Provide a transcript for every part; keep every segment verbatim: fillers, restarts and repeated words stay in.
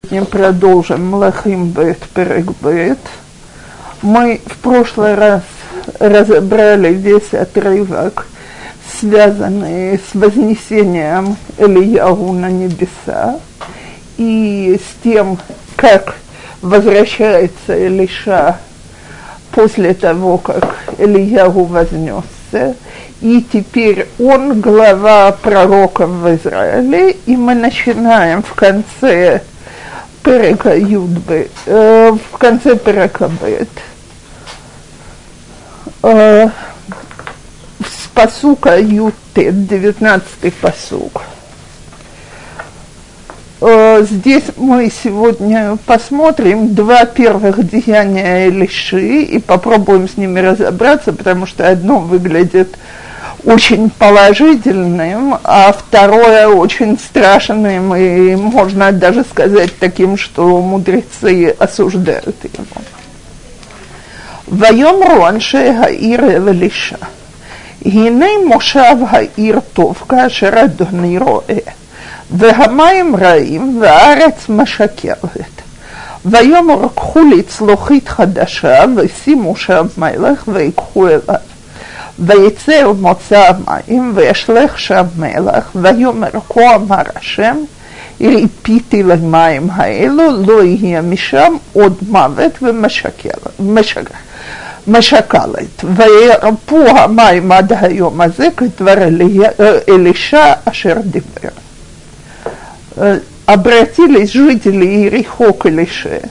Сегодня продолжим Млахим бет перек бет. Мы в прошлый раз разобрали весь отрывок, связанный с вознесением Элияху на небеса и с тем, как возвращается Элиша после того, как Элияху вознесся. И теперь он глава пророков в Израиле, и мы начинаем в конце Перека Юдбе, э, в конце Перека Бет, э, с пасука Ют-Тет, девятнадцатый пасук. Э, здесь мы сегодня посмотрим два первых деяния Элиши и попробуем с ними разобраться, потому что одно выглядит очень положительным, а второе очень страшным, и можно даже сказать таким, что мудрецы осуждают его. «Вайомру аншей хаир Элиша, гиней мошав хаир тов, кашер Адони роэ, вехамаим раим, ваарец машакелет. Вайомру кху лицлохит хадаша, весиму шав майлах, вейкху элав. ויצא מוצא המים, וישלך שם מלח, ויאמר כה אמר השם, ריפיתי למים האלו, לא יהיה משם עוד מוות ומשקלת. וירפו המים עד היום הזה, כדבר אלישע אשר דיבר. Обратились жители Иерихо к Элише.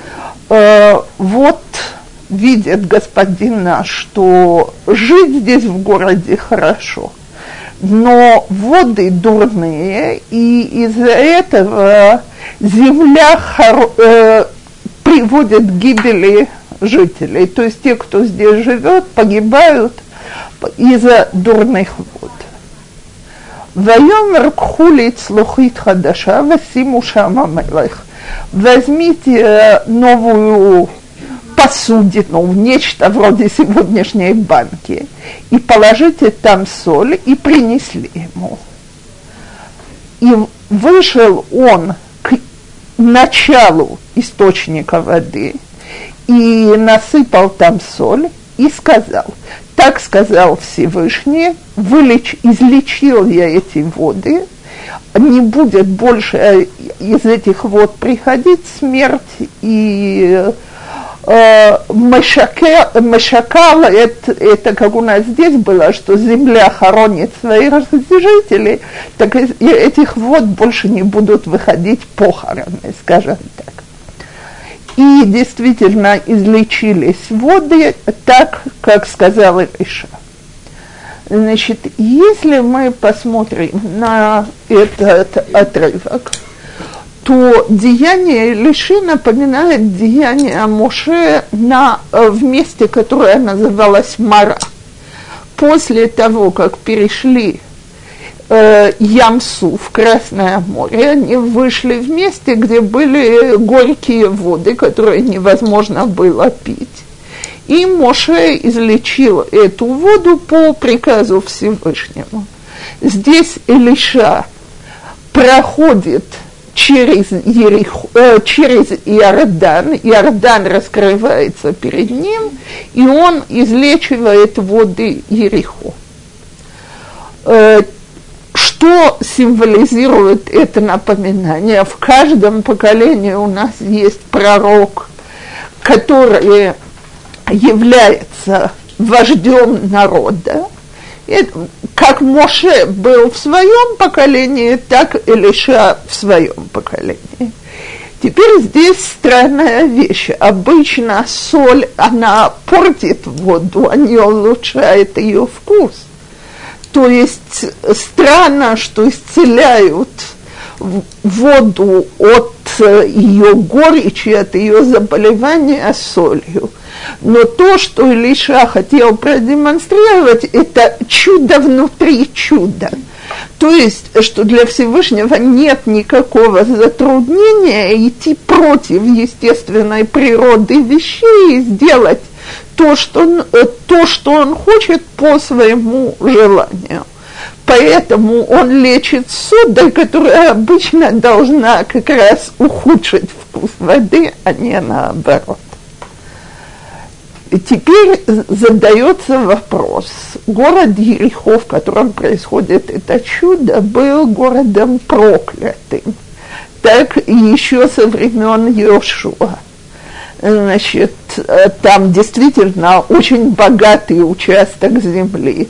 Вот видит господин наш, что жить здесь в городе хорошо, но воды дурные, и из-за этого земля хоро- э, приводит к гибели жителей. То есть те, кто здесь живет, погибают из-за дурных вод. «Вайомер кху лицлохит хадаша васиму шама мелех». Возьмите новую посудину, нечто вроде сегодняшней банки, и положите там соль, и принесли ему. И вышел он к началу источника воды, и насыпал там соль, и сказал: так сказал Всевышний, вылеч, излечил я эти воды, не будет больше из этих вод приходить смерть, и Мешакал, это, это как у нас здесь было, что земля хоронит своих жителей, так из этих вод больше не будут выходить похороны, скажем так. И действительно излечились воды так, как сказал Элиша. Значит, если мы посмотрим на этот отрывок, то деяние Элиши напоминает деяние Моше на, в месте, которое называлось Мара. После того, как перешли э, Ямсу в Красное море, они вышли в месте, где были горькие воды, которые невозможно было пить. И Моше излечил эту воду по приказу Всевышнему. Здесь Элиша проходит через, Ерихо, э, через Иордан, Иордан раскрывается перед ним, и он излечивает воды Ерихо. Э, что символизирует это напоминание? В каждом поколении у нас есть пророк, который является вождем народа. И как Моше был в своем поколении, так Элиша в своем поколении. Теперь здесь странная вещь. Обычно соль, она портит воду, а не улучшает ее вкус. То есть странно, что исцеляют воду от ее горечи, от ее заболевания солью. Но то, что Элиша хотел продемонстрировать, это чудо внутри чуда. То есть, что для Всевышнего нет никакого затруднения идти против естественной природы вещей и сделать то, что он, то, что он хочет по своему желанию. поэтому он лечит содой, которая обычно должна как раз ухудшить вкус воды, а не наоборот. И теперь задается вопрос. Город Ерихо, в котором происходит это чудо, был городом проклятым. Так еще со времен Йошуа. Значит, там действительно очень богатый участок земли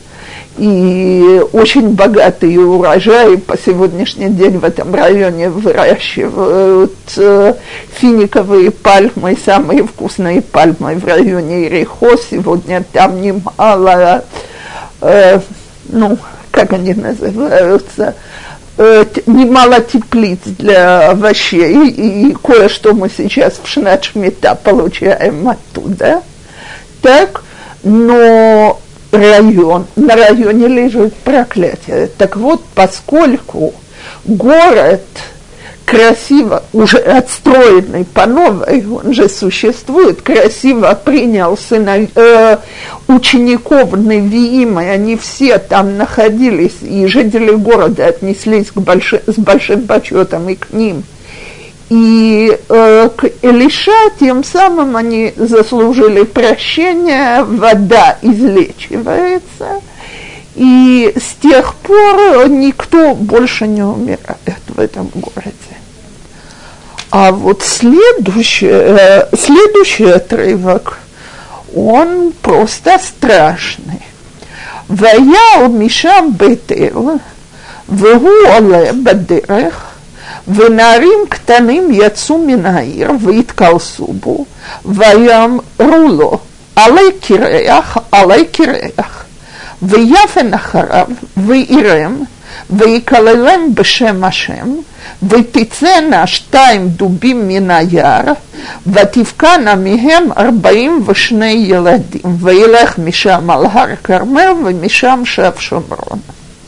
и очень богатые урожаи. По сегодняшний день в этом районе выращивают финиковые пальмы, самые вкусные пальмы в районе Ерихо. Сегодня там немало, э, ну, как они называются, э, немало теплиц для овощей, и кое-что мы сейчас в Шнат Шмита получаем оттуда. Так, но район, на районе лежит проклятие. Так вот, поскольку город красиво, уже отстроенный по новой, он же существует, красиво принял сына, э, учеников Невиим, и они все там находились, и жители города отнеслись к больши, с большим почетом и к ним. И э, к Элиша тем самым они заслужили прощение, вода излечивается, и с тех пор никто больше не умирает в этом городе. А вот следующий, э, следующий отрывок, он просто страшный. «Ваял мишам бетел, вегу оле бадерех, ונערים קטנים יצאו מן העיר והתקלסו בו, ויאמרו לו, עלי קרח, עלי קרח, ויפן אחריו, וירם, ויקללם בשם השם, ותצאנה שתיים דובים מן היער, ותבקענה מהם ארבעים ושני ילדים, וילך משם על הר כרמל, ומשם שב שומרון».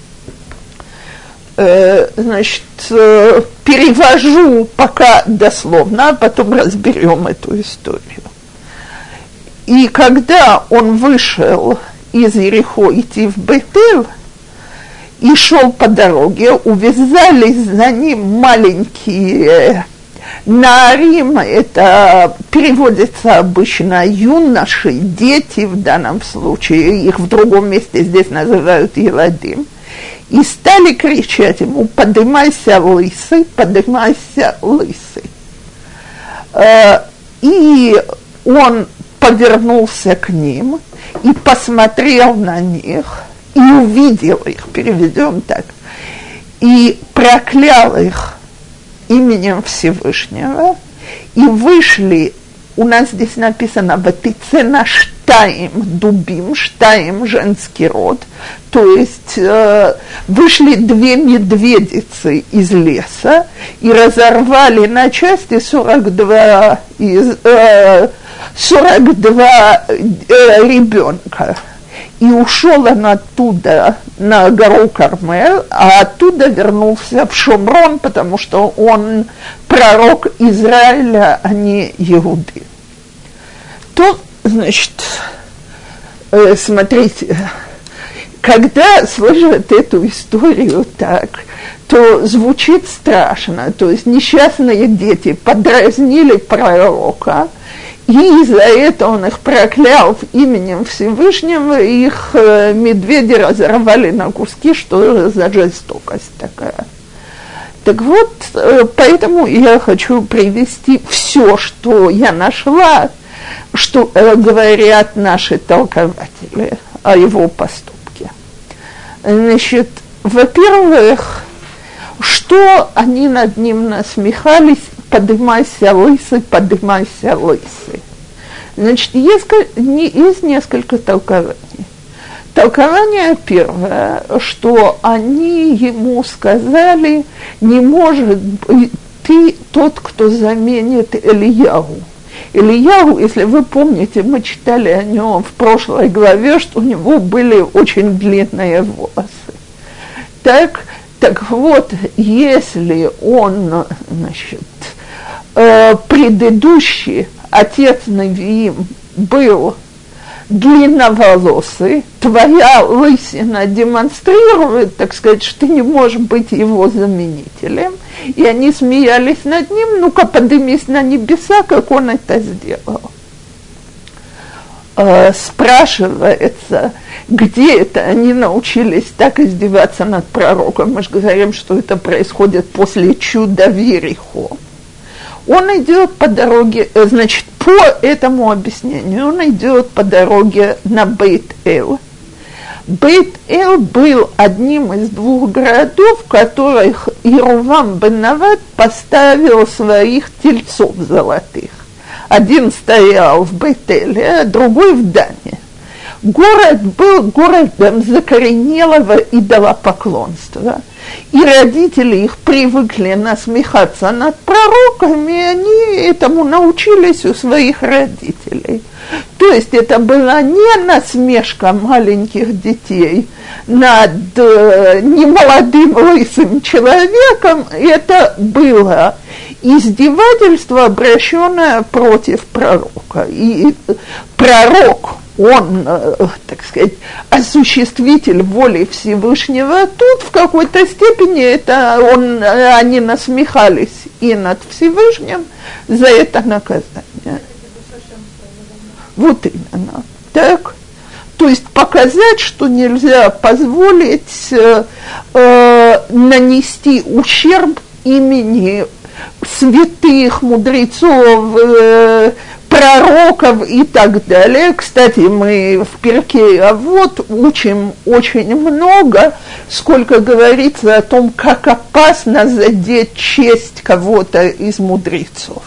Значит, перевожу пока дословно, а потом разберем эту историю. И когда он вышел из Ерихо идти в Бетель и шел по дороге, увязались за ним маленькие наарим, это переводится обычно юноши, дети в данном случае, их в другом месте здесь называют еладим, и стали кричать ему: «Поднимайся, лысый, поднимайся, лысый». И он повернулся к ним и посмотрел на них, и увидел их, переведем так, и проклял их именем Всевышнего, и вышли, у нас здесь написано «Ватицена штаим дубим», штаим – женский род, то есть э, вышли две медведицы из леса и разорвали на части сорок два, из, э, сорок два э, ребенка. И ушел он оттуда на гору Кармел, а оттуда вернулся в Шомрон, потому что он пророк Израиля, а не Иуды. То, значит, э, смотрите, когда слышат эту историю так, то звучит страшно. То есть несчастные дети подразнили пророка, и из-за этого он их проклял именем Всевышнего, и их э, медведи разорвали на куски, что за жестокость такая. Так вот, э, поэтому я хочу привести все, что я нашла, что э, говорят наши толкователи о его поступке. Значит, во-первых, что они над ним насмехались: «Поднимайся, лысый, поднимайся, лысый». Значит, есть, есть несколько толкований. Толкование первое, что они ему сказали: «Не может быть ты тот, кто заменит Ильяу». Ильяу, если вы помните, мы читали о нем в прошлой главе, что у него были очень длинные волосы. Так, так вот, если он, значит, предыдущий отец Невиим был длинноволосый, твоя лысина демонстрирует, так сказать, что ты не можешь быть его заменителем. И они смеялись над ним, ну-ка поднимись на небеса, как он это сделал. Э, спрашивается, где это они научились так издеваться над пророком. Мы же говорим, что это происходит после чуда в Ерихо. Он идет по дороге, значит, по этому объяснению, он идет по дороге на Бейт-Эл. Бейт-Эл был одним из двух городов, в которых Иерувам бен Нават поставил своих тельцов золотых. Один стоял в Бейт-Эле, а другой в Дане. Город был городом закоренелого идолопоклонства. И родители их привыкли насмехаться над пророками, и они этому научились у своих родителей. То есть это была не насмешка маленьких детей над э, немолодым лысым человеком, это было издевательство, обращенное против пророка. И пророк, он, так сказать, осуществитель воли Всевышнего, тут в какой-то степени это он, они насмехались и над Всевышним за это наказание. Вот именно. Так? То есть показать, что нельзя позволить э, э, нанести ущерб имени святых, мудрецов, э, пророков и так далее. Кстати, мы в Перкей Авот учим очень много, сколько говорится о том, как опасно задеть честь кого-то из мудрецов.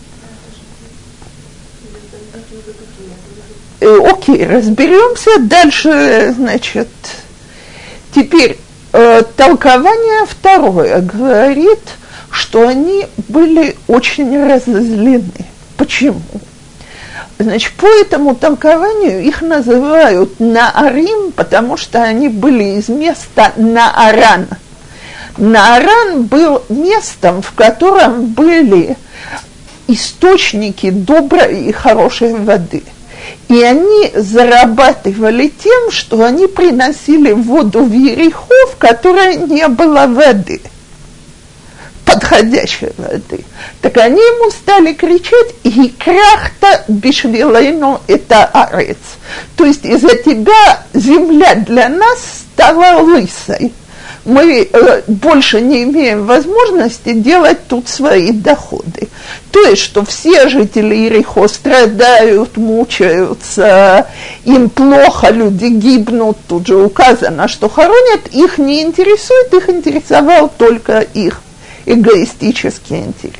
Э, окей, разберемся. Дальше, значит, теперь э, толкование второе говорит, что они были очень разозлены. Почему? Значит, по этому толкованию их называют Наарим, потому что они были из места Нааран. Нааран был местом, в котором были источники доброй и хорошей воды. И они зарабатывали тем, что они приносили воду в Ерихо, в которой не было воды, подходящей воды. Так они ему стали кричать: «Икрахта бишвилейну это арец». То есть из-за тебя земля для нас стала лысой. Мы э, больше не имеем возможности делать тут свои доходы. То есть, что все жители Ерихо страдают, мучаются, им плохо, люди гибнут, тут же указано, что хоронят, их не интересует, их интересовал только их эгоистический интерес.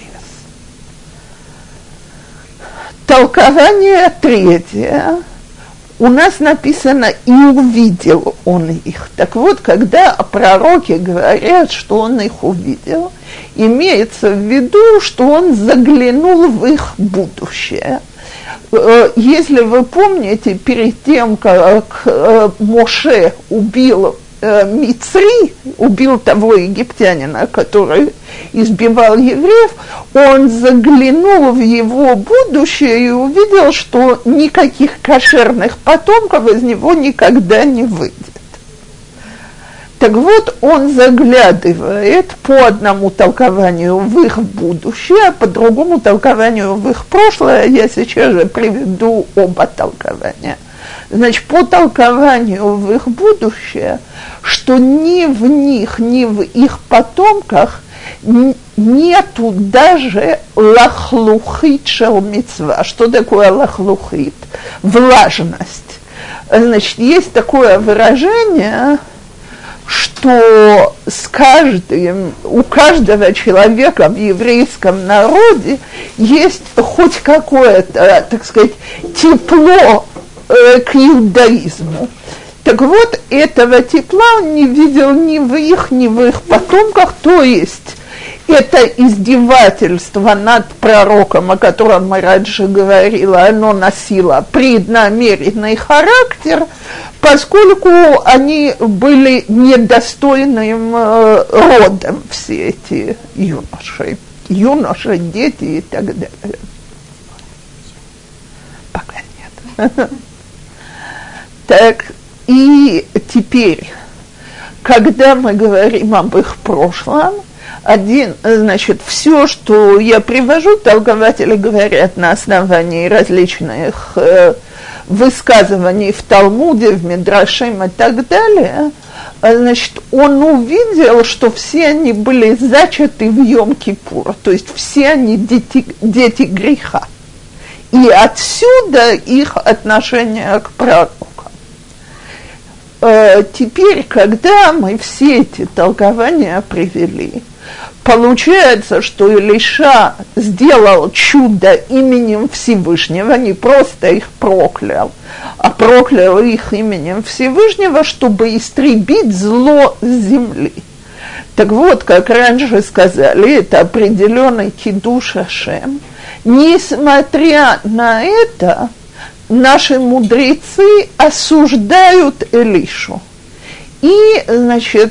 Толкование третье. У нас написано «и увидел он их». Так вот, когда пророки говорят, что он их увидел, имеется в виду, что он заглянул в их будущее. Если вы помните, перед тем, как Моше убил Мицри, убил того египтянина, который избивал евреев, он заглянул в его будущее и увидел, что никаких кошерных потомков из него никогда не выйдет. Так вот, он заглядывает по одному толкованию в их будущее, а по другому толкованию в их прошлое. Я сейчас же приведу оба толкования. Значит, по толкованию в их будущее, что ни в них, ни в их потомках нету даже лахлухит шел мицва. Что такое лахлухит? Влажность. Значит, есть такое выражение, что с каждым, у каждого человека в еврейском народе есть хоть какое-то, так сказать, тепло э, к иудаизму. Так вот, этого тепла он не видел ни в их, ни в их потомках, то есть это издевательство над пророком, о котором мы раньше говорили, оно носило преднамеренный характер, поскольку они были недостойным э, родом, все эти юноши, юноши, дети и так далее. Пока нет. Так, и теперь, когда мы говорим об их прошлом, один, значит, все, что я привожу, толкователи говорят на основании различных э, высказываний в Талмуде, в Мидрашим и так далее, значит, он увидел, что все они были зачаты в Йом-Кипур, то есть все они дети, дети греха. И отсюда их отношение к пророкам. Э, теперь, когда мы все эти толкования привели, получается, что Илиша сделал чудо именем Всевышнего, не просто их проклял, а проклял их именем Всевышнего, чтобы истребить зло с земли. Так вот, как раньше сказали, это определенный кидуш Ашем. Несмотря на это, наши мудрецы осуждают Илишу. И, значит,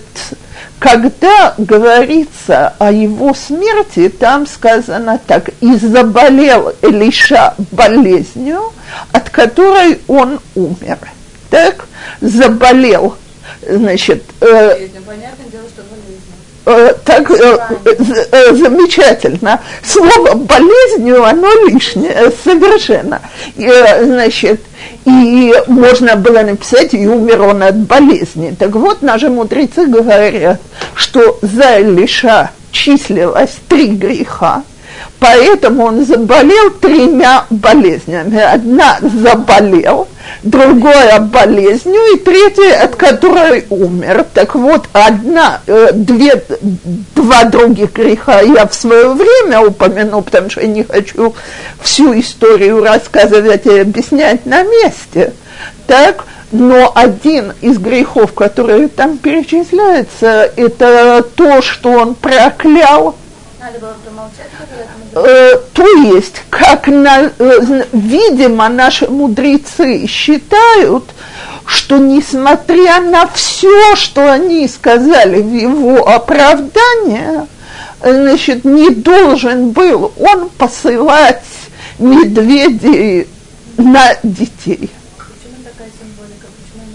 когда говорится о его смерти, там сказано так: «И заболел Илиша болезнью, от которой он умер». Так, заболел, значит... Э, Понятное дело, что болезнь. Э, так э, э, замечательно. Слово болезнью, оно лишнее, совершенно. И, значит, и можно было написать, и умер он от болезни. Так вот, наши мудрецы говорят, что за Илиша числилось три греха, поэтому он заболел тремя болезнями. Одна заболел, другая болезнью, и третья, от которой умер. Так вот, одна, две, два других греха я в свое время упомяну, потому что я не хочу всю историю рассказывать и объяснять на месте. Так, но один из грехов, который там перечисляется, это то, что он проклял. Надо было промолчать, э, то есть, как на, э, видимо, наши мудрецы считают, что несмотря на все, что они сказали в его оправдание, значит, не должен был он посылать медведей на детей. Почему такая символика? Почему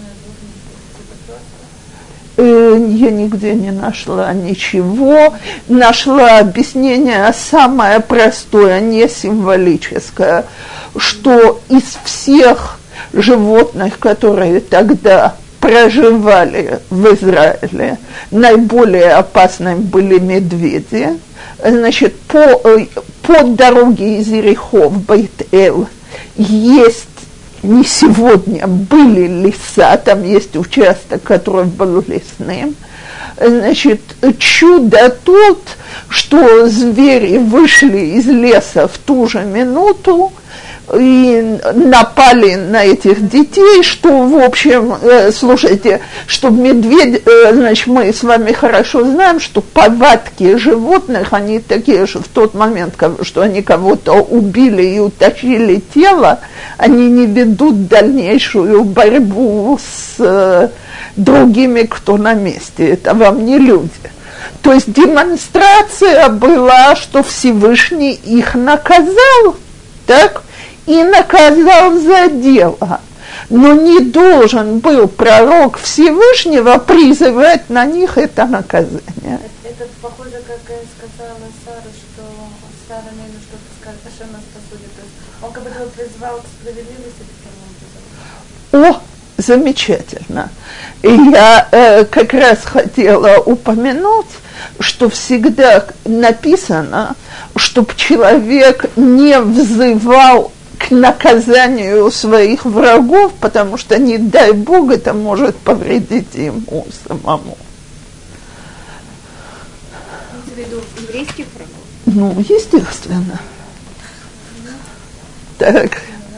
она должна быть? Я нигде не нашла ничего, нашла объяснение самое простое, не символическое, что из всех животных, которые тогда проживали в Израиле, наиболее опасными были медведи. Значит, по, по дороге из Иерихон в Бейт-Эль есть не сегодня, были леса, там есть участок, который был лесным. Значит, чудо тут, что звери вышли из леса в ту же минуту и напали на этих детей, что, в общем, э, слушайте, что медведь, э, значит, мы с вами хорошо знаем, что повадки животных, они такие же в тот момент, что они кого-то убили и утащили тело, они не ведут дальнейшую борьбу с э, другими, кто на месте, это вам не люди. То есть демонстрация была, что Всевышний их наказал, так? И наказал за дело. Но не должен был пророк Всевышнего призывать на них это наказание. Это, это похоже, как сказала Сара, что Сара Мейну что-то скажет, а что нас посудит. То есть он как будто призвал к справедливости таким образом. О, замечательно. И я э, как раз хотела упомянуть, что всегда написано, чтобы человек не взывал к наказанию своих врагов, потому что, не дай Бог, это может повредить ему самому. Имеете в виду еврейских врагов? Ну, естественно. Так.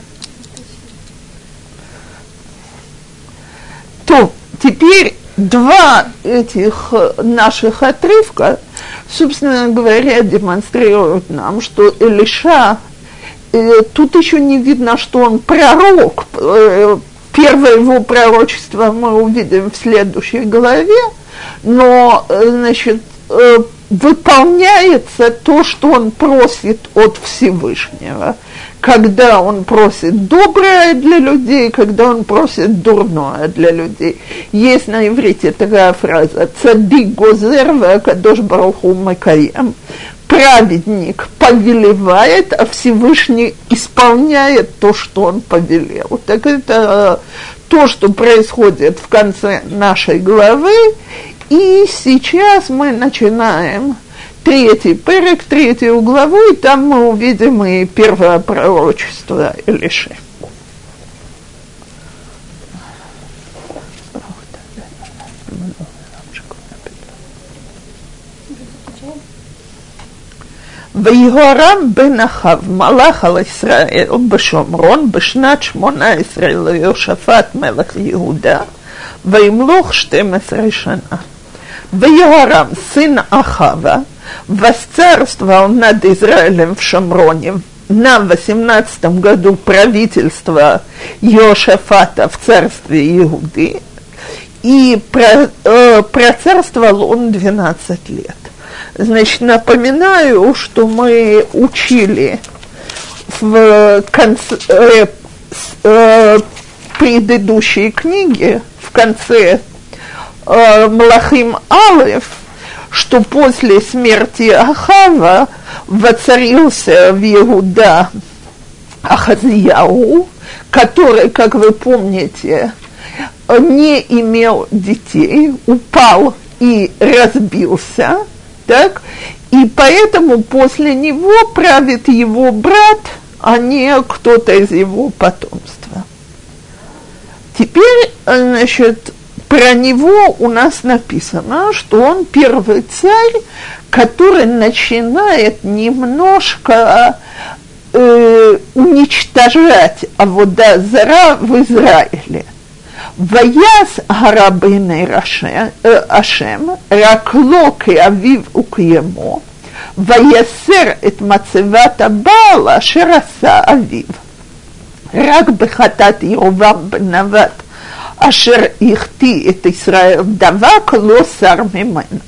То, теперь два этих наших отрывка, собственно говоря, демонстрируют нам, что Илиша, э, тут еще не видно, что он пророк. Э, первое его пророчество мы увидим в следующей главе, но, значит, э, выполняется то, что он просит от Всевышнего. Когда он просит доброе для людей, когда он просит дурное для людей. Есть на иврите такая фраза «Цадик гозер веакадош барух ху мекаем». Праведник повелевает, а Всевышний исполняет то, что он повелел. Так это то, что происходит в конце нашей главы. И сейчас мы начинаем третий перек, третью главу, и там мы увидим и первое пророчество Элиши. ויהורם בן אחאב מלך על ישראל בשומרון בשנת שמונה עשרה ליהושפט מלך יהודה וימלוך שתים עשרה שנה. ויהורם сын Ахава восцарствовал над Израилем в Шомроне на восемнадцатом году правительства Йеошафата в царстве Иуды, и про, э, процарствовал он двенадцать лет. Значит, напоминаю, что мы учили в конце э, э, предыдущей книги, в конце э, Млахим Алеф, что после смерти Ахава воцарился в Иуда Ахазияу, который, как вы помните, не имел детей, упал и разбился, так? И поэтому после него правит его брат, а не кто-то из его потомства. Теперь, значит, про него у нас написано, что он первый царь, который начинает немножко э, уничтожать авода зара в Израиле. Ваяс гарабейней Ашем, ракло кеавив укьемо, ваясер эт мацевата Баала шераса авив. Рак бехатат Йеровам бен Нават, ашер ихти эт Исраэль давак ло сар мимено.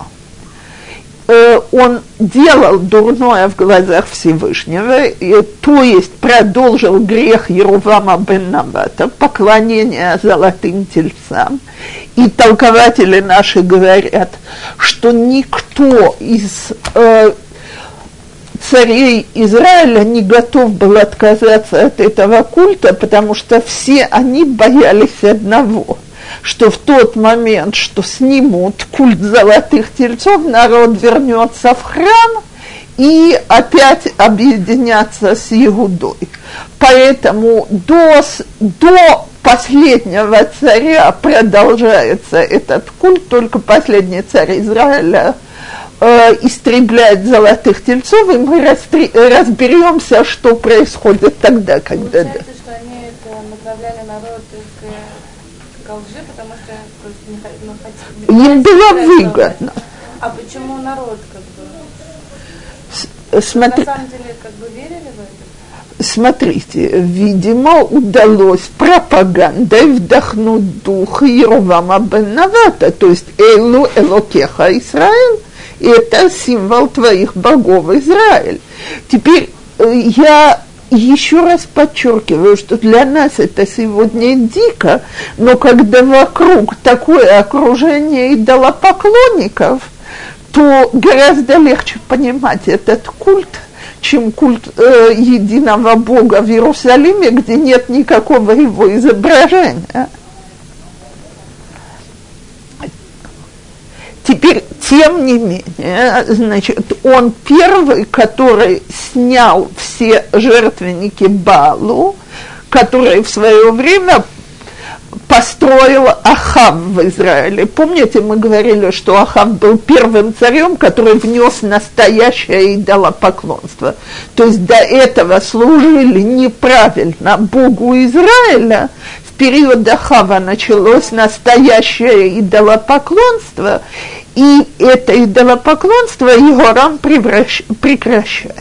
Он делал дурное в глазах Всевышнего, и, то есть продолжил грех Йеровама бен Навата, поклонение золотым тельцам. И толкователи наши говорят, что никто из э, царей Израиля не готов был отказаться от этого культа, потому что все они боялись одного, что в тот момент, что снимут культ золотых тельцов, народ вернется в храм и опять объединятся с Иудой. Поэтому до, до последнего царя продолжается этот культ, только последний царь Израиля э, истребляет золотых тельцов, и мы растри, разберемся, что происходит тогда, когда... Получается, что они это направляли народ к лжи, потому что не хотели... Ну, им было выгодно. А почему народ как бы... Смотри, на самом деле как бы верили в это? Смотрите, видимо, удалось пропагандой вдохнуть дух Йеровама бен Навата, то есть Элу Элокеха Исраэль, это символ твоих богов Израиль. Теперь я еще раз подчеркиваю, что для нас это сегодня дико, но когда вокруг такое окружение идолопоклонников, то гораздо легче понимать этот культ, чем культ э, единого Бога в Иерусалиме, где нет никакого его изображения. Теперь, тем не менее, значит, он первый, который снял все жертвенники Баалу, который в свое время построил Ахав в Израиле. Помните, мы говорили, что Ахав был первым царем, который внес настоящее идолопоклонство. То есть до этого служили неправильно Богу Израиля. В период Ахава началось настоящее идолопоклонство, и это идолопоклонство Йеорам превращ... прекращает.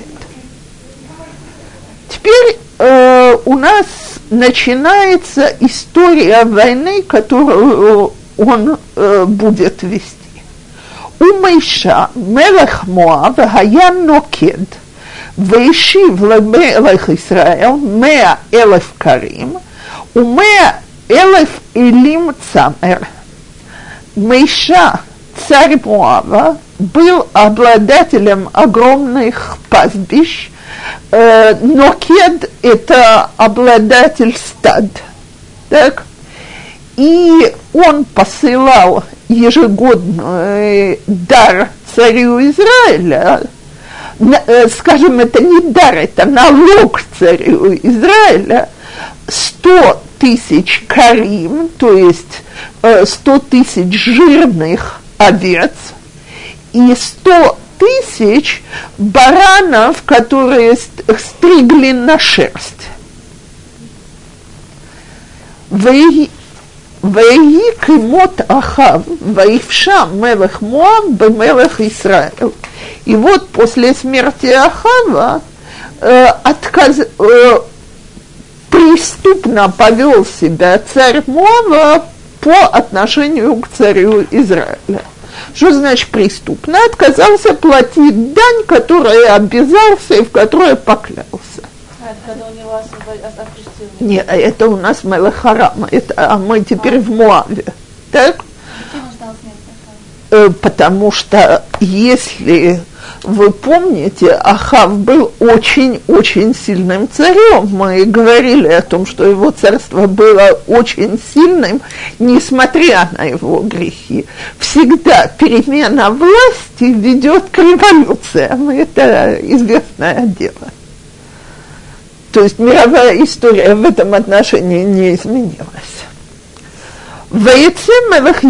Теперь э, у нас начинается история войны, которую он э, будет вести. ומשה מלך מואב היה נוקד והשיב למלך ישראל מאה אלף קרים ומאה אלף эlim цамер. Миша, царь Моава, был обладателем огромных пастбищ, э, но Кед – это обладатель стад. Так? И он посылал ежегодный дар царю Израиля. Скажем, это не дар, это налог царю Израиля. сто тысяч карим, то есть сто тысяч жирных овец и сто тысяч баранов, которые стригли на шерсть. Веи кимот Ахав, ваивша мелех Моав бемелех Исраэль. И вот после смерти Ахава э, отказ, э, преступно повел себя царь Моава по отношению к царю Израиля. Что значит преступно? Отказался платить дань, которой обязался и в которой поклялся. А это когда у него отпустил? Нет, это у нас Мелех Харам, это, а мы теперь а. в Моаве. Так? Почему он ждал смерти? Потому что, если вы помните, Ахав был очень-очень сильным царем. Мы говорили о том, что его царство было очень сильным, несмотря на его грехи. Всегда перемена власти ведет к революциям. Это известное дело. То есть мировая история в этом отношении не изменилась. ויצא מלך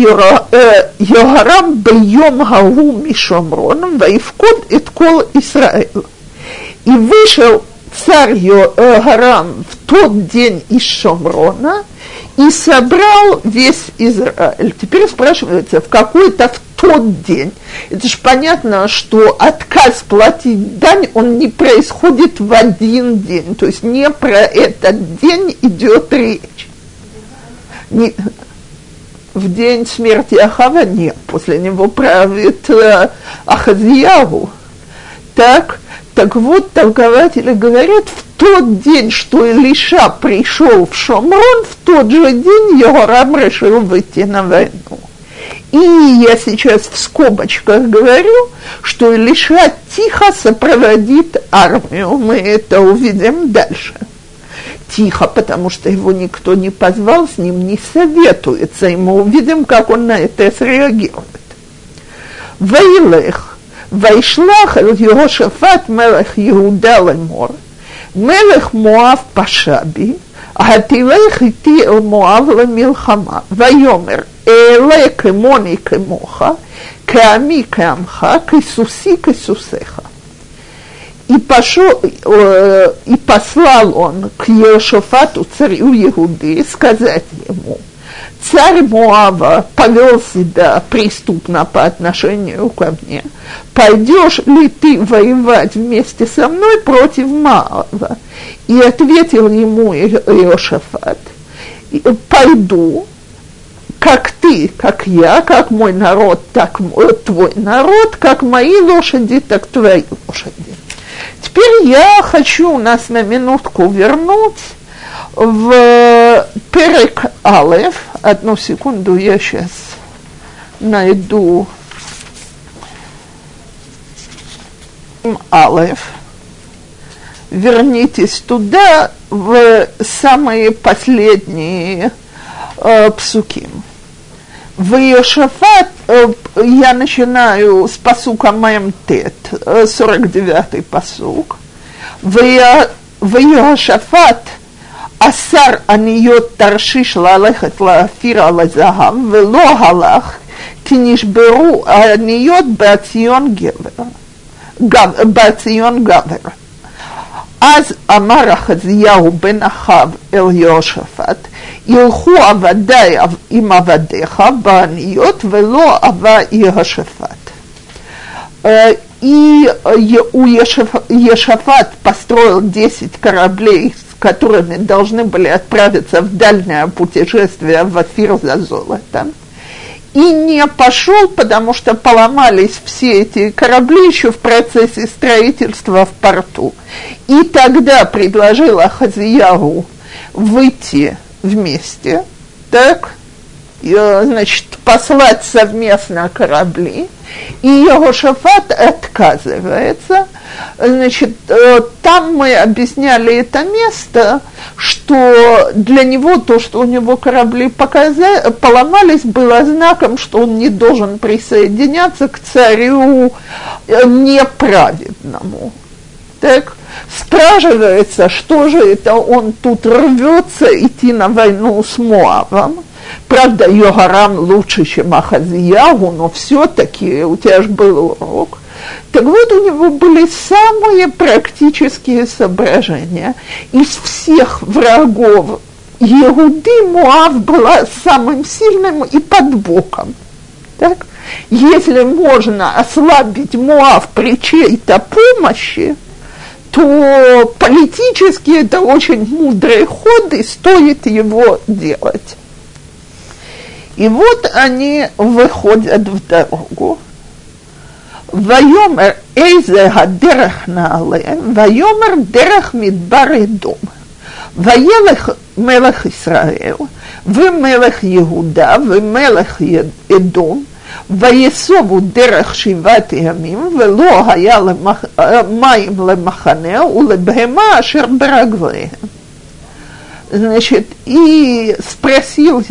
יהורם ביום ההוא משומרון, ויפקוד את כל ישראל. И вышел царь Йоарам в тот день из Шомрона и собрал весь Израиль. Теперь спрашивается, в какой-то в тот день. Это же понятно, что отказ платить дань, он не происходит в один день. То есть не про этот день идет речь. Не, в день смерти Ахава нет, после него правит э, Ахазьяву. Так, так вот, толкователи говорят, в тот день, что Илиша пришел в Шомрон, в тот же день Йоарам решил выйти на войну. И я сейчас в скобочках говорю, что Илиша тихо сопроводит армию. Мы это увидим дальше. Тихо, потому что его никто не позвал, с ним не советуется, и мы увидим, как он на это среагирует. Вейлех, вайшлах Йеошафат мелех Иуда лемор, мелех Моав пашаби, атилех ити эл Моав лемилхама, вайомер, эле кемони кемоха, кеами кеамха, кесуси кесусеха. И, пошел, э, и послал он к Иошафату, царю Иуды, сказать ему: царь Моава повел себя преступно по отношению ко мне. Пойдешь ли ты воевать вместе со мной против Моава? И ответил ему Иошафат: пойду, как ты, как я, как мой народ, так твой народ, как мои лошади, так твои лошади. Теперь я хочу нас на минутку вернуть в Перек Алеф. Одну секунду, я сейчас найду Алеф. Вернитесь туда, в самые последние э, псуки. В Иошафат, я начинаю с пасука Мемтет, сорок девятый пасук. В Иошафат асар аниот таршиш лалехет лафира лазахав, вело галах, ки нишберу аниот бацион гавер. אז אמר אחזיהו בן אחאב אל יהושפט, ילכו עבדי עם עבדיך בעניות ולא עבה יהושפט. И Иошафат построил десять кораблей, с которыми должны были отправиться в дальнее путешествие в Офир за золотом. и не пошел, потому что поломались все эти корабли еще в процессе строительства в порту. И тогда предложил Ахазияху выйти вместе, так, значит, послать совместно корабли, и Йehошафат отказывается. Значит, там мы объясняли это место, что для него то, что у него корабли показали, поломались, было знаком, что он не должен присоединяться к царю неправедному. Так, спрашивается, что же это он тут рвется идти на войну с Моавом. Правда, Йогарам лучше, чем Ахазияху, но все-таки у тебя же был урок. Так вот, у него были самые практические соображения. Из всех врагов Иуды Моав была самым сильным и под боком. Так? Если можно ослабить Моав при чьей-то помощи, то политически это очень мудрый ход, и стоит его делать. И вот они выходят в дорогу. Вайомер эйзе гадерех наале, вайомер дерех мидбар Эдом. Ваелех мелех Исраэль, ומלך יהודה ומלך אדום, ויסובו דרך שבעת ימים, ולא היה למח... מים למחנה ולבהמה אשר ברגליהם. Значит, и спросил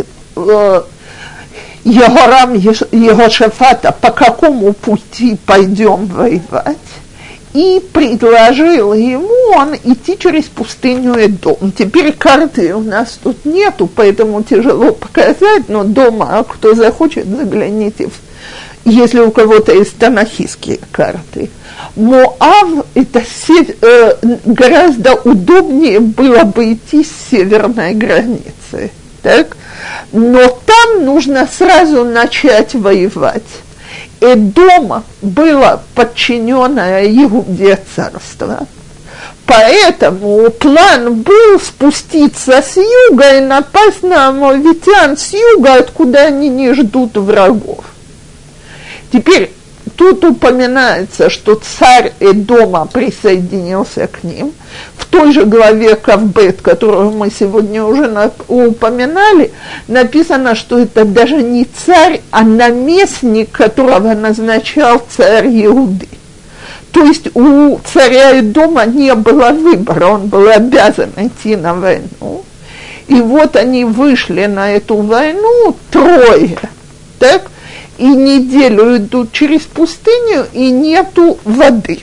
Йеорам Йehошафата, по какому пути пойдем воевать, и предложил ему он идти через пустыню Эдом. Теперь карты у нас тут нету, поэтому тяжело показать, но дома, кто захочет, загляните, если у кого-то есть танахистские карты. Моав, это сев... э, гораздо удобнее было бы идти с северной границы, так? Но там нужно сразу начать воевать. Эдома было подчиненное Иуде царство, поэтому план был спуститься с юга и напасть на моавитян с юга, откуда они не ждут врагов. Теперь тут упоминается, что царь Эдома присоединился к ним. В той же главе Кавбет, которую мы сегодня уже на, упоминали, написано, что это даже не царь, а наместник, которого назначал царь Иуды. То есть у царя Эдома не было выбора, он был обязан идти на войну. И вот они вышли на эту войну трое, так? И неделю идут через пустыню, и нету воды.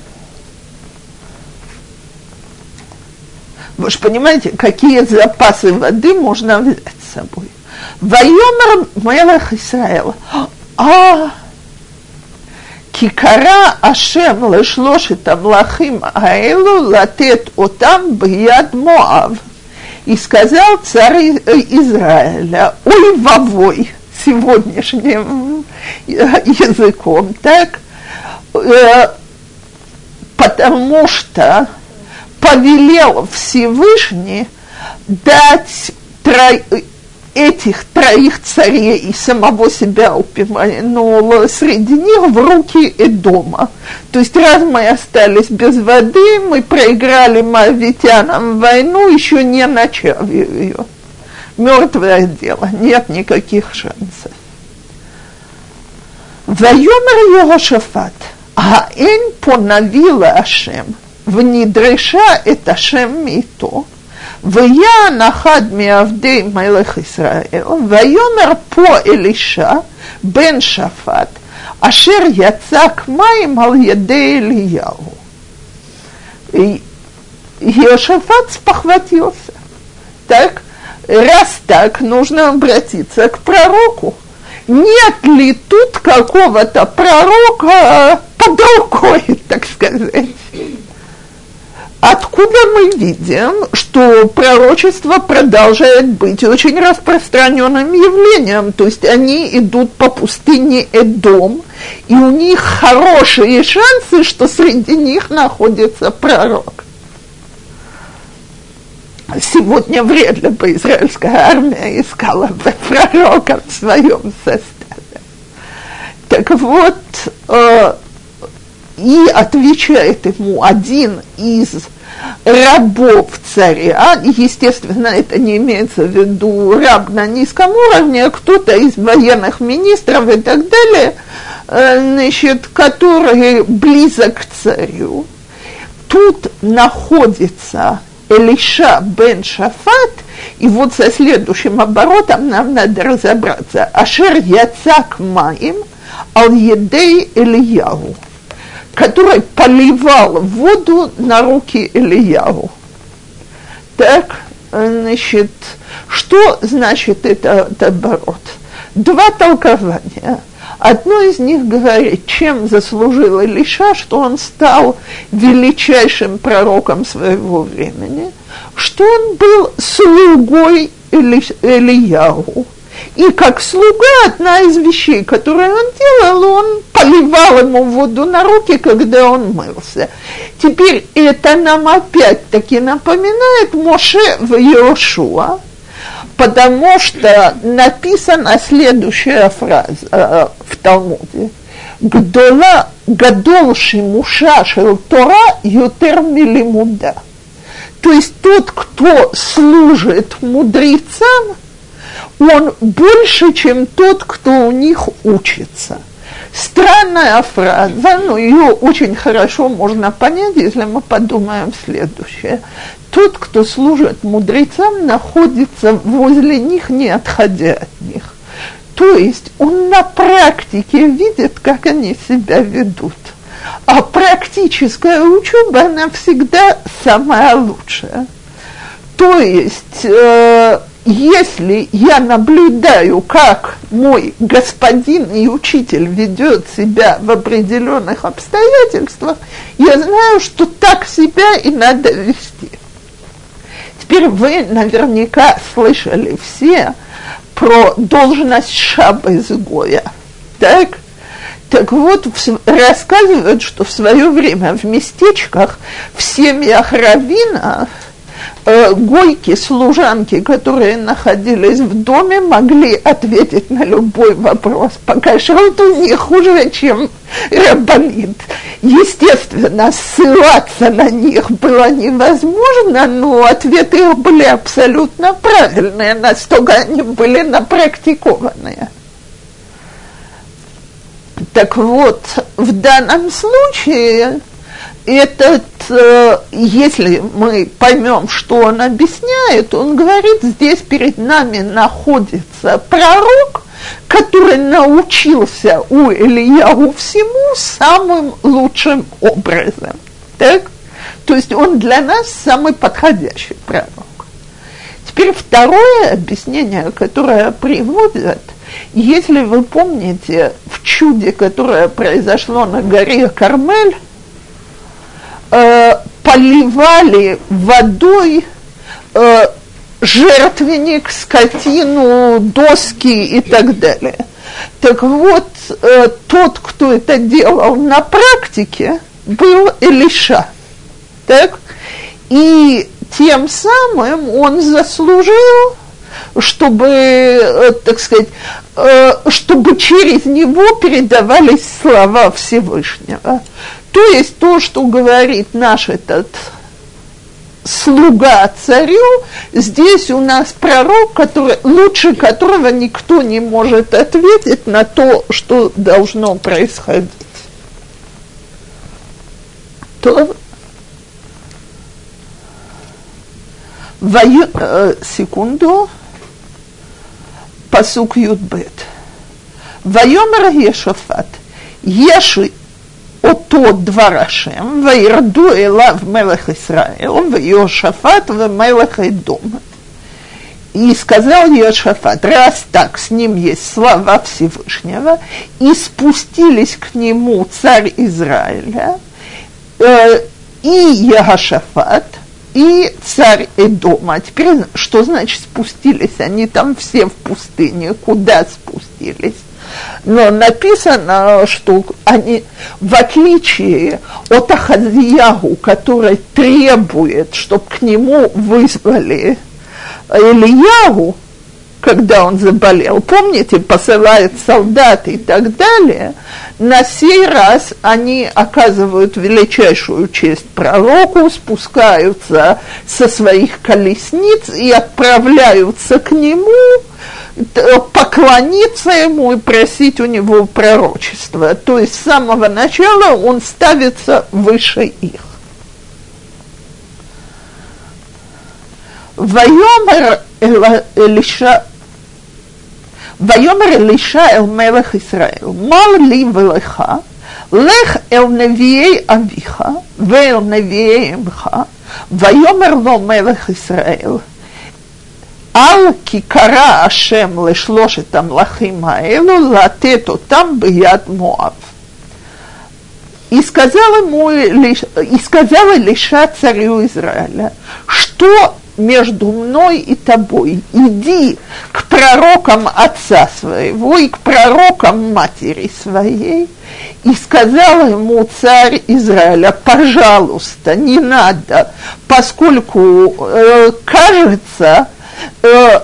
Вы же понимаете, какие запасы воды можно взять с собой. Вайомер мелех Исраэль. А, кикара Ашем лешлошет амлахим аэлу латет отам бияд Моав. И сказал царь Израиля, ой вовой, сегодняшним языком, так, э, потому что повелел Всевышний дать тро... этих троих царей и самого себя упомянул среди них в руки Эдома. То есть раз мы остались без воды, мы проиграли моавитянам войну, еще не начав ее. Мертвое дело, нет никаких шансов. Вайомер Йehошафат, האין פה נביא להשם, ונדרשה את השם מאיתו, ויען אחד מעבדי מלך ישראל, ויאמר פה אלישע בן שפט, אשר יצק מים על ידי אליהו. Йehошафат спохватился. Так, раз так, нужно обратиться к пророку. Нет ли тут какого-то пророка под рукой, так сказать? Откуда мы видим, что пророчество продолжает быть очень распространенным явлением, то есть они идут по пустыне Эдом, и у них хорошие шансы, что среди них находится пророк. Сегодня вряд ли бы израильская армия искала бы пророка в своем составе. Так вот, э, и отвечает ему один из рабов царя, естественно, это не имеется в виду раб на низком уровне, а кто-то из военных министров и так далее, значит, который близок к царю. Тут находится Элиша бен Шафат, и вот со следующим оборотом нам надо разобраться. Ашер яцак маим ал-едей Элияу, который поливал воду на руки Элияу. Так, значит, что значит этот оборот? Два толкования. Одно из них говорит, чем заслужил Элиша, что он стал величайшим пророком своего времени, что он был слугой Эли, Элияу. И как слуга, одна из вещей, которые он делал, он поливал ему воду на руки, когда он мылся. Теперь это нам опять-таки напоминает Моше в Йошуа, потому что написана следующая фраза э, в Талмуде. «Гдола гадол шимуша шел Тора ютер милимуда». То есть тот, кто служит мудрецам, он больше, чем тот, кто у них учится. Странная фраза, но ее очень хорошо можно понять, если мы подумаем следующее. Тот, кто служит мудрецам, находится возле них, не отходя от них. То есть он на практике видит, как они себя ведут. А практическая учеба, она всегда самая лучшая. То есть... Э- Если я наблюдаю, как мой господин и учитель ведет себя в определенных обстоятельствах, я знаю, что так себя и надо вести. Теперь вы наверняка слышали все про должность шаб-изгоя, так? Так вот, рассказывают, что в свое время в местечках в семьях раввинов гойки, служанки, которые находились в доме, могли ответить на любой вопрос по кашруту не хуже, чем раббанит. Естественно, ссылаться на них было невозможно, но ответы их были абсолютно правильные, настолько они были напрактикованные. Так вот, в данном случае... Этот, э, если мы поймем, что он объясняет, он говорит, здесь перед нами находится пророк, который научился у Элияу всему самым лучшим образом. Так? То есть он для нас самый подходящий пророк. Теперь второе объяснение, которое приводят, если вы помните в чуде, которое произошло на горе Кармель, Э, поливали водой э, жертвенник, скотину, доски и так далее. Так вот, э, тот, кто это делал на практике, был Элиша. Так? И тем самым он заслужил, чтобы, э, так сказать, э, чтобы через него передавались слова Всевышнего. То есть то, что говорит наш этот слуга царю, здесь у нас пророк, который, лучше которого никто не может ответить на то, что должно происходить. То, Ваю, э, секунду, пасук Юдбет. Вайомер Ешафат, Еши אותו דבר השם, וירדו אליו מלך ישראל, ויהושפט ומלך אדום. И сказал Йошафат, раз так, с ним есть слава Всевышнего, и спустились к нему царь Израиля, э, и Йошафат, и царь Эдома. Теперь, что значит спустились? Они там все в пустыне. Куда спустились? Но написано, что они, в отличие от Ахазияху, который требует, чтобы к нему вызвали Элияху, когда он заболел, помните, посылает солдат и так далее, на сей раз они оказывают величайшую честь пророку, спускаются со своих колесниц и отправляются к нему, поклониться ему и просить у него пророчества. То есть с самого начала он ставится выше их. Вайомер Элиша Вайомер Элиша эл мелех Исраэл, мал ли велеха, лех эл невией авиха, вел невией имха, вайомер ло мелех Исраэл, ал ки кара Ашем лешлошет амлахим аэлу, латет отам бияд Моав. И сказал ему, и сказал Элиша царю Израиля, что между мной и тобой, иди к пророкам отца своего и к пророкам матери своей. И сказал ему царь Израиля, пожалуйста, не надо, поскольку, э, кажется, э,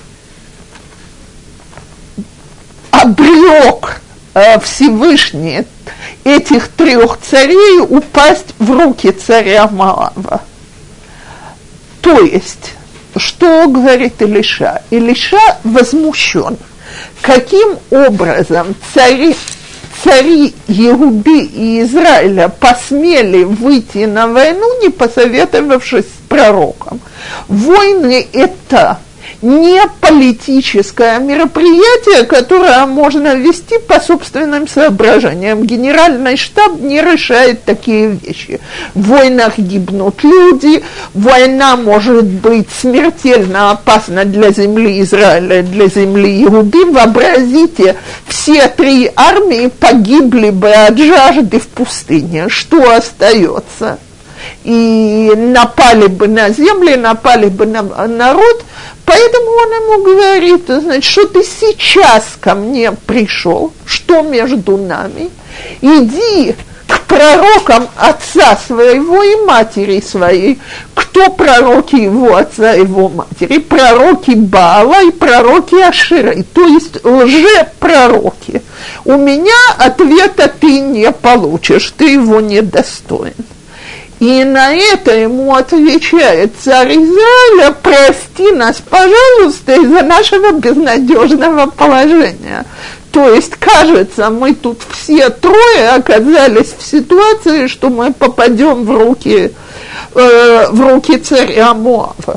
обрек э, Всевышний этих трех царей упасть в руки царя Моава. То есть, что говорит Элиша? Элиша возмущен. Каким образом цари, цари Иуды и Израиля посмели выйти на войну, не посоветовавшись с пророком? Войны – это не политическое мероприятие, которое можно вести по собственным соображениям. Генеральный штаб не решает такие вещи. В войнах гибнут люди, война может быть смертельно опасна для земли Израиля, для земли Иуды. Вообразите, все три армии погибли бы от жажды в пустыне. Что остается? И напали бы на земли, напали бы на народ, поэтому он ему говорит, значит, что ты сейчас ко мне пришел, что между нами, иди к пророкам отца своего и матери своей. Кто пророки его отца и его матери? Пророки Баала и пророки Ашеры, то есть лжепророки. У меня ответа ты не получишь, ты его недостоин. И на это ему отвечает царь Израиля: прости нас, пожалуйста, из-за нашего безнадежного положения. То есть, кажется, мы тут все трое оказались в ситуации, что мы попадем в руки, э, в руки царя Моава.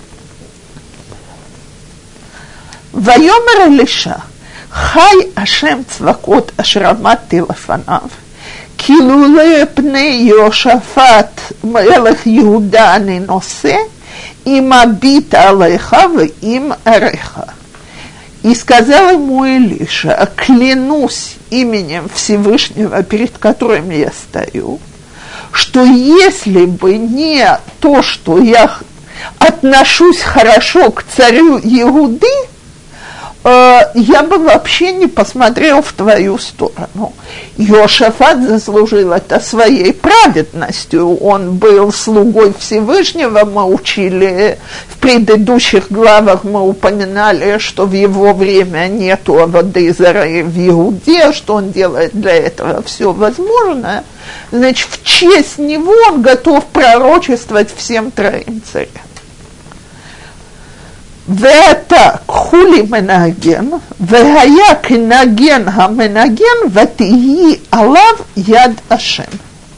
Вайомер Элиша, хай Ашем цвакот ашрамат лефанав, килуле пней Йошафат мелех Иуда אני נושא, им обит алеха в им ареха. И сказал ему Элиша: клянусь именем Всевышнего, перед которым я стою, что если бы не то, что я отношусь хорошо к царю Иуды, я бы вообще не посмотрел в твою сторону. Йошафат заслужил это своей праведностью. Он был слугой Всевышнего. Мы учили в предыдущих главах, мы упоминали, что в его время нету воды зары в Иуде, что он делает для этого все возможное. Значит, в честь него он готов пророчествовать всем троим царям. ואתה קחו לי מנגן, והיה כנגן המנגן, ותהי עליו יד השם.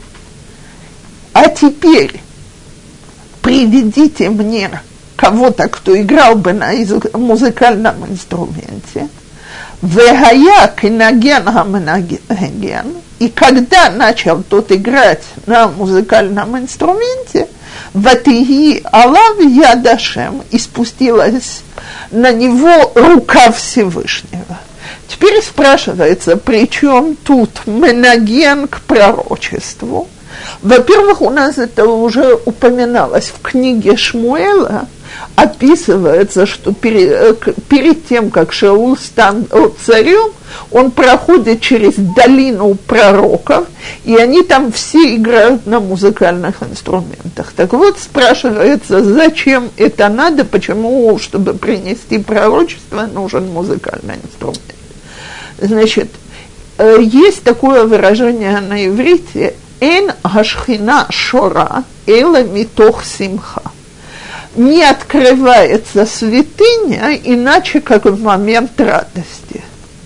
А теперь приведите мне кого-то, кто играл бы на музыкальном инструменте. והיה כנגן המנגן, и когда начал тот играть на музыкальном инструменте, «Ватиги алав яд Ашем», и спустилась на него рука Всевышнего. Теперь спрашивается, при чем тут менаген к пророчеству? Во-первых, у нас это уже упоминалось в книге Шмуэла, описывается, что перед, перед тем, как Шаул стал царем, он проходит через долину пророков, и они там все играют на музыкальных инструментах. Так вот, спрашивается, зачем это надо, почему, чтобы принести пророчество, нужен музыкальный инструмент. Значит, есть такое выражение на иврите «эн гашхина шора эла митох симха». Не открывается святыня, иначе как в момент радости.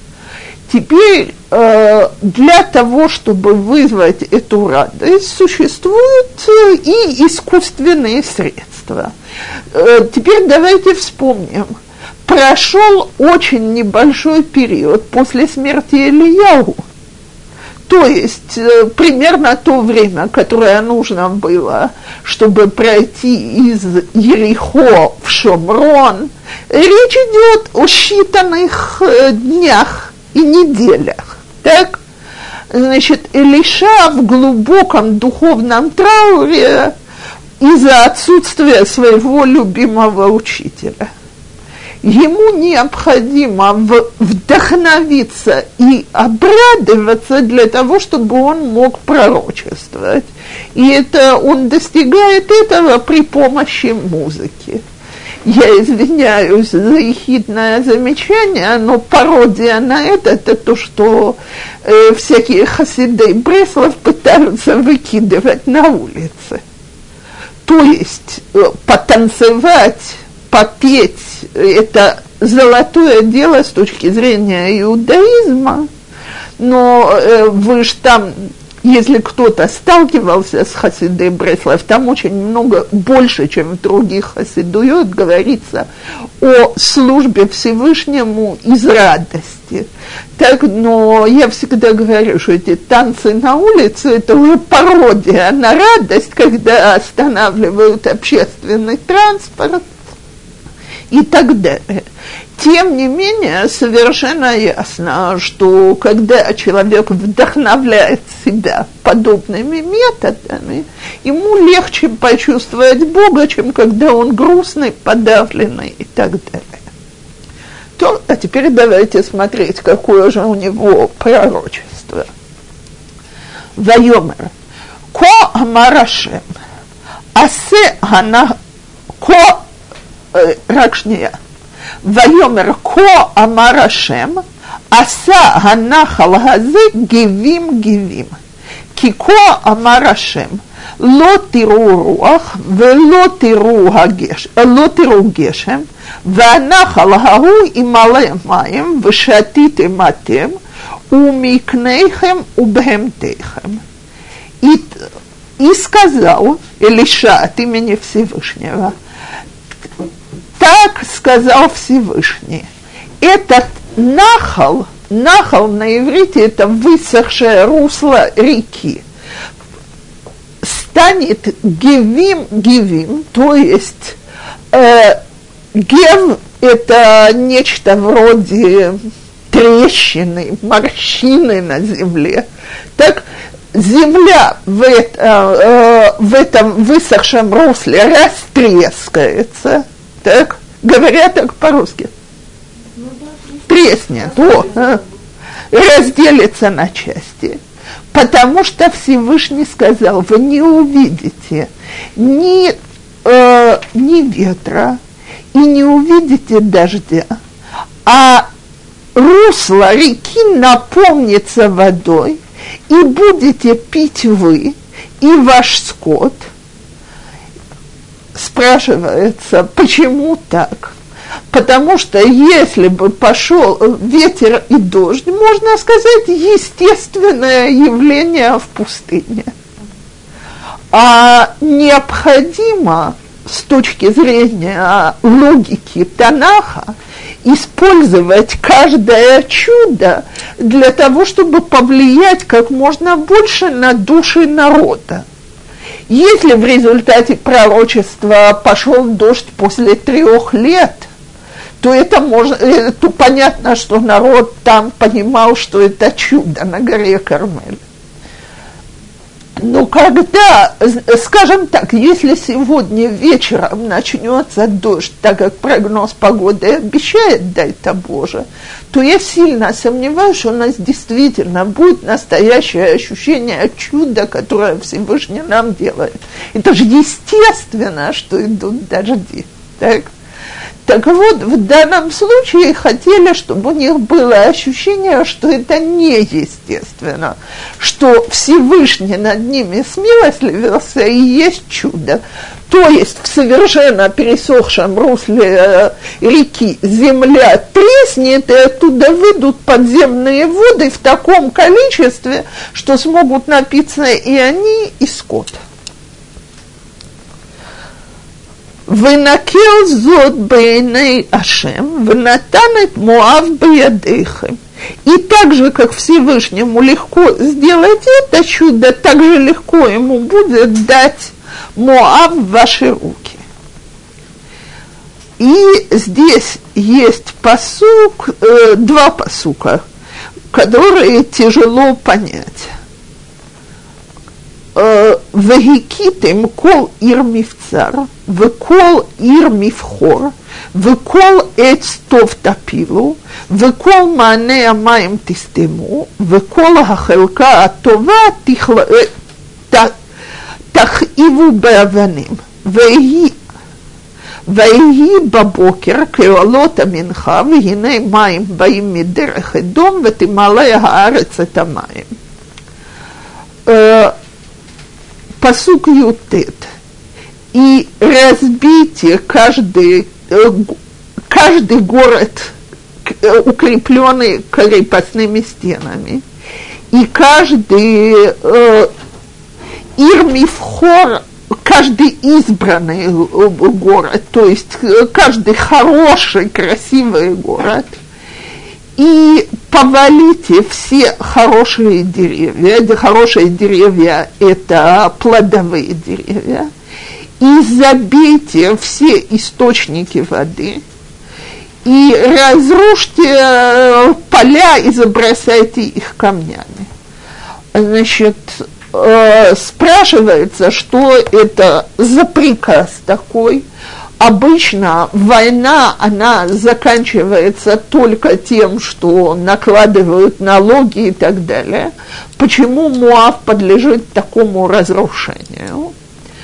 Теперь э, для того, чтобы вызвать эту радость, существуют и искусственные средства. Э, теперь давайте вспомним. Прошел очень небольшой период после смерти Элияу. То есть э, примерно то время, которое нужно было, чтобы пройти из Ерихо в Шомрон, речь идет о считанных э, днях и неделях. Так? Значит, Элиша в глубоком духовном трауре из-за отсутствия своего любимого учителя. Ему необходимо вдохновиться и обрадоваться для того, чтобы он мог пророчествовать. И это он достигает этого при помощи музыки. Я извиняюсь за ехидное замечание, но пародия на это – это то, что э, всякие хасиды Бреслов пытаются выкидывать на улице. То есть э, потанцевать, попеть – это золотое дело с точки зрения иудаизма, но э, вы ж там, если кто-то сталкивался с хасидой Бреслов, там очень много, больше, чем в других хасидует, говорится о службе Всевышнему из радости. Так, но я всегда говорю, что эти танцы на улице – это уже пародия на радость, когда останавливают общественный транспорт и так далее. Тем не менее, совершенно ясно, что когда человек вдохновляет себя подобными методами, ему легче почувствовать Бога, чем когда он грустный, подавленный и так далее. То, а теперь давайте смотреть, какое же у него пророчество. Вайомер. Ко амар Ашем. Асе ана ко רק שנייה. ויאמר כה אמר השם, עשה הנחל הזה גבים גבים. כי כה אמר השם, לא תראו רוח ולא תראו, הגש, לא תראו גשם, והנחל ההוא ימלא מים ושתיתם אתם ומקניכם ובהמתיכם. И, и сказал Элиша от имени Всевышнего: так сказал Всевышний. Этот нахал, нахал на иврите – это высохшее русло реки, станет гевим-гевим, то есть э, гев – это нечто вроде трещины, морщины на земле. Так земля в, это, э, в этом высохшем русле растрескается. Так, говоря так по-русски, ну, да, треснет, о, а, разделится на части, потому что Всевышний сказал: вы не увидите ни, э, ни ветра и не увидите дождя, а русло реки наполнится водой, и будете пить вы и ваш скот. Спрашивается, почему так? Потому что если бы пошел ветер и дождь, можно сказать, естественное явление в пустыне. А необходимо с точки зрения логики Танаха использовать каждое чудо для того, чтобы повлиять как можно больше на души народа. Если в результате пророчества пошел дождь после трех лет, то это можно, то понятно, что народ там понимал, что это чудо на горе Кармель. Но когда, скажем так, если сегодня вечером начнется дождь, так как прогноз погоды обещает, дай-то Боже, то я сильно сомневаюсь, что у нас действительно будет настоящее ощущение чуда, которое Всевышний нам делает. Это же естественно, что идут дожди, так? Так вот, в данном случае хотели, чтобы у них было ощущение, что это неестественно, что Всевышний над ними смилостливился и есть чудо. То есть в совершенно пересохшем русле э, реки земля треснет, и оттуда выйдут подземные воды в таком количестве, что смогут напиться и они, и скот. «Вынакел зод бейней Ашем, вынатанет Моав беядейхем». И так же, как Всевышнему легко сделать это чудо, так же легко ему будет дать Моав в ваши руки. И здесь есть пасук, э, два пасука, которые тяжело понять. «Вегикитем кол ир мифцар, векол ир мифхор, векол эц тов тапилу, векол маане амаем тистему, векол החלקה הטובה תכאיבו באבנים, ויהי בבוקר כעולות המנחה, והנה מים באים מדרך אדום, ותמלא הארץ את המים». Пасук Ютет. И разбейте каждый, каждый город, укрепленный крепостными стенами, и каждый э, Ирмифхор, каждый избранный город, то есть каждый хороший, красивый город, и повалите все хорошие деревья. Хорошие деревья – это плодовые деревья. И забейте все источники воды. И разрушьте поля и забросайте их камнями. Значит, э, спрашивается, что это за приказ такой. Обычно война, она заканчивается только тем, что накладывают налоги и так далее. Почему Моав подлежит такому разрушению?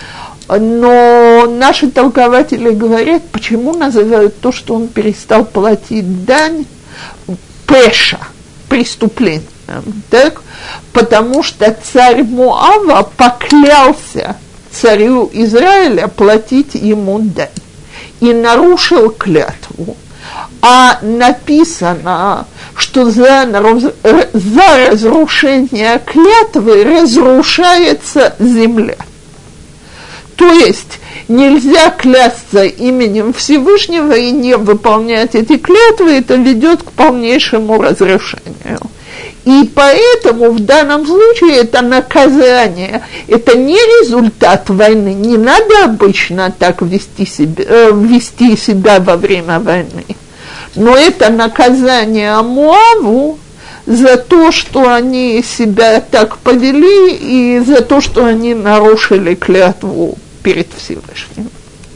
Но наши толкователи говорят, почему называют то, что он перестал платить дань, пеша, преступлением, так? Потому что царь Моава поклялся царю Израиля платить ему дань и нарушил клятву. А написано, что за, за разрушение клятвы разрушается земля. То есть нельзя клясться именем Всевышнего и не выполнять эти клятвы, это ведет к полнейшему разрушению. И поэтому в данном случае это наказание, это не результат войны. Не надо обычно так вести себя, э, вести себя во время войны. Но это наказание Моаву за то, что они себя так повели, и за то, что они нарушили клятву перед Всевышним.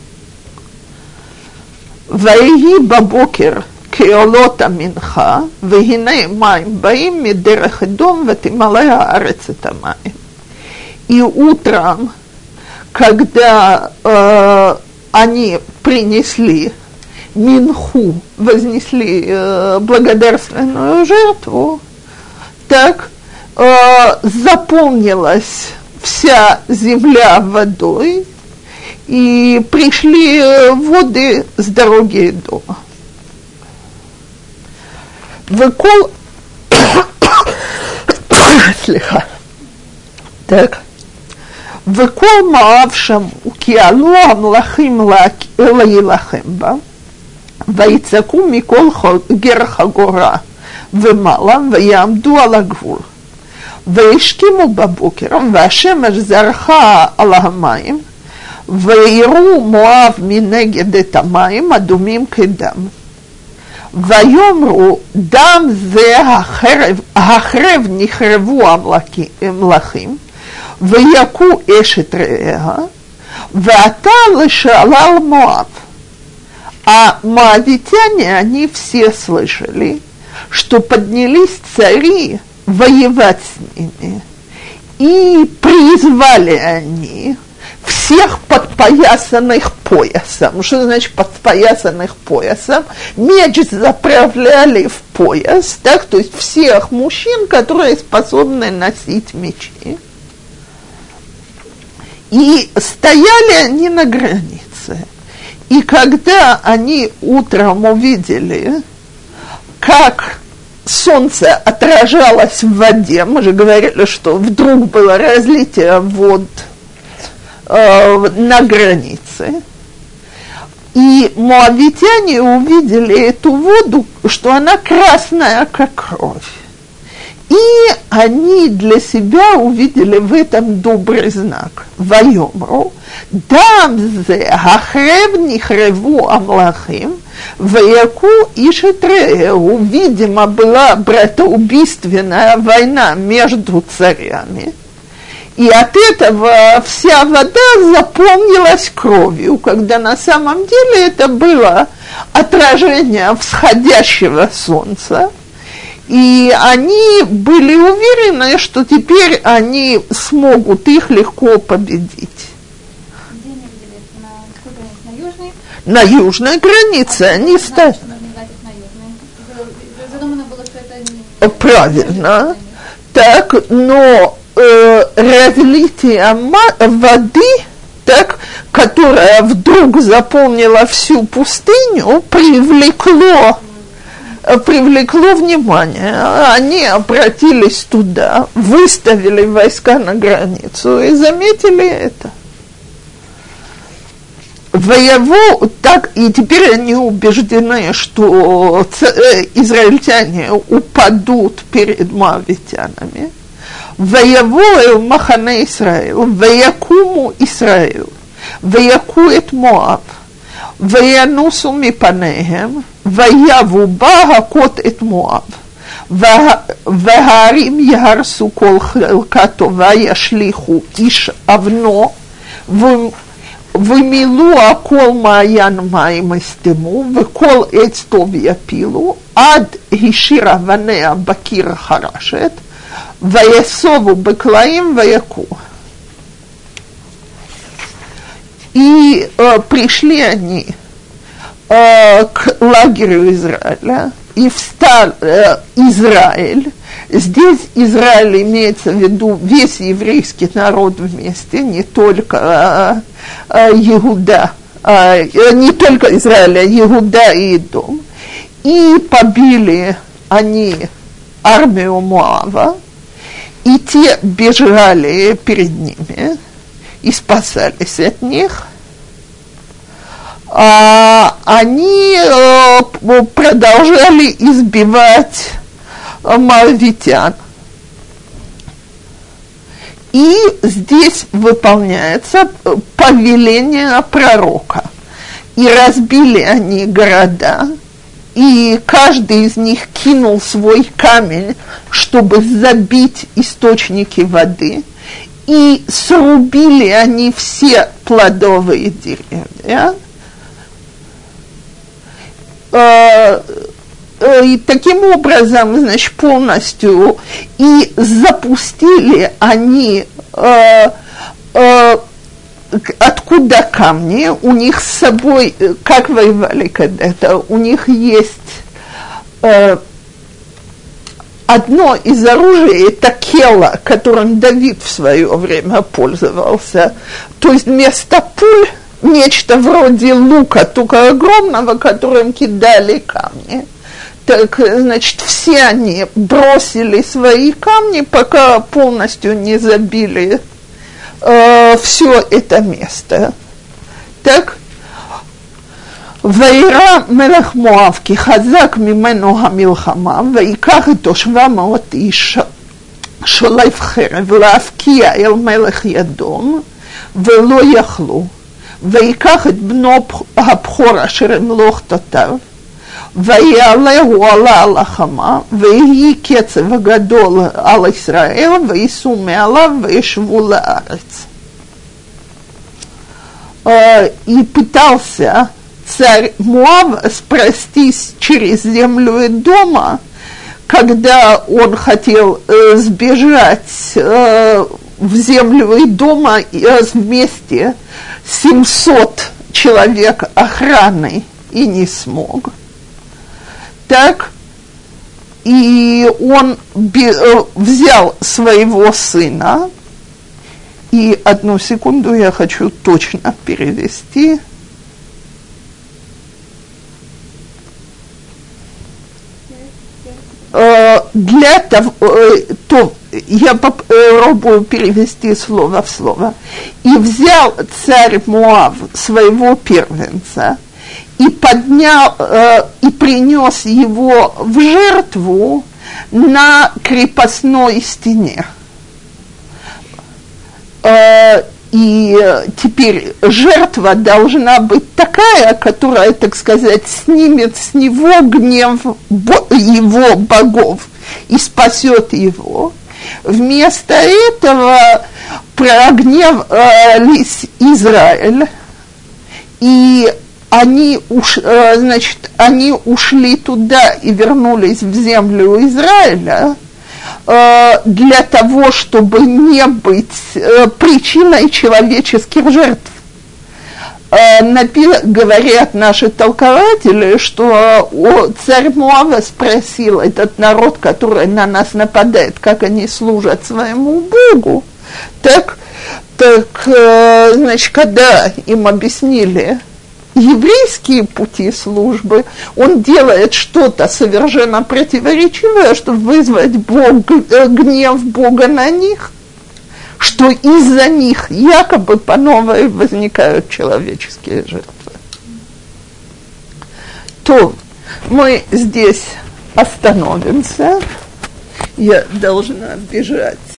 «Ваиги бабокер כעולות המנחה, והנה מים באים מדרך אדום ותמלא הארץ את המים». И утром, когда э, они принесли минху, вознесли э, благодарственную жертву, так э, заполнилась вся земля водой, и пришли воды с дороги дома. Векол, слиха, так, векол Моав шаму, ки алу המלכים להילחם בה, ויצעקו מכל גר חגורה ומעלה, ויעמדו על הגבול. והשכימו בבוקר, והשמש זרחה על המים, ויראו מואב מנגד את המים אדומים כדם. ויאמרו דם זה החרב, החרב נחרבו המלכים, ויכו אשת רעיה, ועתה לשאלל מואב. А моавитяне, они все слышали, что поднялись цари воевать с ними, и призвали они всех подпоясанных поясом. Что значит подпоясанных поясом? Меч заправляли в пояс, так, то есть всех мужчин, которые способны носить мечи. И стояли они на границе. И когда они утром увидели, как солнце отражалось в воде, мы же говорили, что вдруг было разлитие вод э, на границе, и моавитяне увидели эту воду, что она красная, как кровь. И они для себя увидели в этом добрый знак. Вайомру, дам зе ахрев нихреву амлахим, ваяку ишет реу. Видимо, была братоубийственная война между царями. И от этого вся вода заполнилась кровью, когда на самом деле это было отражение всходящего солнца. И они были уверены, что теперь они смогут их легко победить. Где они видели это? На какой границе? На южной? На южной границе. А они стали... Задумано было, что это не... Правильно. Так, но э, разлитие воды, так, которая вдруг заполнила всю пустыню, привлекло... привлекло внимание, они обратились туда, выставили войска на границу и заметили это. Воеву так, и теперь они убеждены, что израильтяне упадут перед моавитянами. Воеву махане Исраэль, воякуму Исраэль, воякует Моав. וינוסו מפניהם, ויבו בה הכות את מואב, וההרים יהרסו כל חלקה טובה, ישליכו איש אבנו, ומילאו הכל מעיין מים יסתמו, וכל עץ טוב יפילו, עד השאיר אבניה בקיר חרשת, ויסובו בקלעים ויכו. И э, пришли они э, к лагерю Израиля, и встал э, Израиль. Здесь Израиль имеется в виду весь еврейский народ вместе, не только э, э, Иуда, э, не только Израиль, а Иуда и Идом. И побили они армию Моава, и те бежали перед ними и спасались от них, а они э, продолжали избивать э, моавитян. И здесь выполняется повеление пророка. И разбили они города, и каждый из них кинул свой камень, чтобы забить источники воды. И срубили они все плодовые деревья. И таким образом, значит, полностью и запустили они, откуда камни, у них с собой, как воевали когда-то, у них есть... Одно из оружия – это кела, которым Давид в свое время пользовался. То есть вместо пуль нечто вроде лука, только огромного, которым кидали камни. Так, значит, все они бросили свои камни, пока полностью не забили э, все это место. Так, וירא מלך מואב כי חזק ממנו המלחמה, ויקח איתו שבע מאות איש שולף חרב להפקיע אל מלך ידום, ולא יכלו, ויקח את בנו הבכור אשר ימלוך תותיו, ויעלהו עלה על החמה, ויהי קצב גדול על ישראל, וייסעו מעליו וישבו לארץ. И пытался царь Моав спастись через землю Эдома, когда он хотел э, сбежать э, в землю Эдома э, вместе семьсот человек охраны и не смог. Так, и он би, э, взял своего сына, и одну секунду я хочу точно перевести. Для того, то я попробую перевести слово в слово. И взял царь Моав своего первенца и поднял, и принес его в жертву на крепостной стене. И теперь жертва должна быть такая, которая, так сказать, снимет с него гнев его богов и спасет его. Вместо этого прогневались Израиль, и они, уш, значит, они ушли туда и вернулись в землю Израиля, для того, чтобы не быть причиной человеческих жертв. Говорят наши толкователи, что царь Моава спросил этот народ, который на нас нападает, как они служат своему Богу. Так, так значит, когда им объяснили еврейские пути службы, он делает что-то совершенно противоречивое, чтобы вызвать Бог, гнев Бога на них, что из-за них якобы по новой возникают человеческие жертвы. То мы здесь остановимся. Я должна бежать.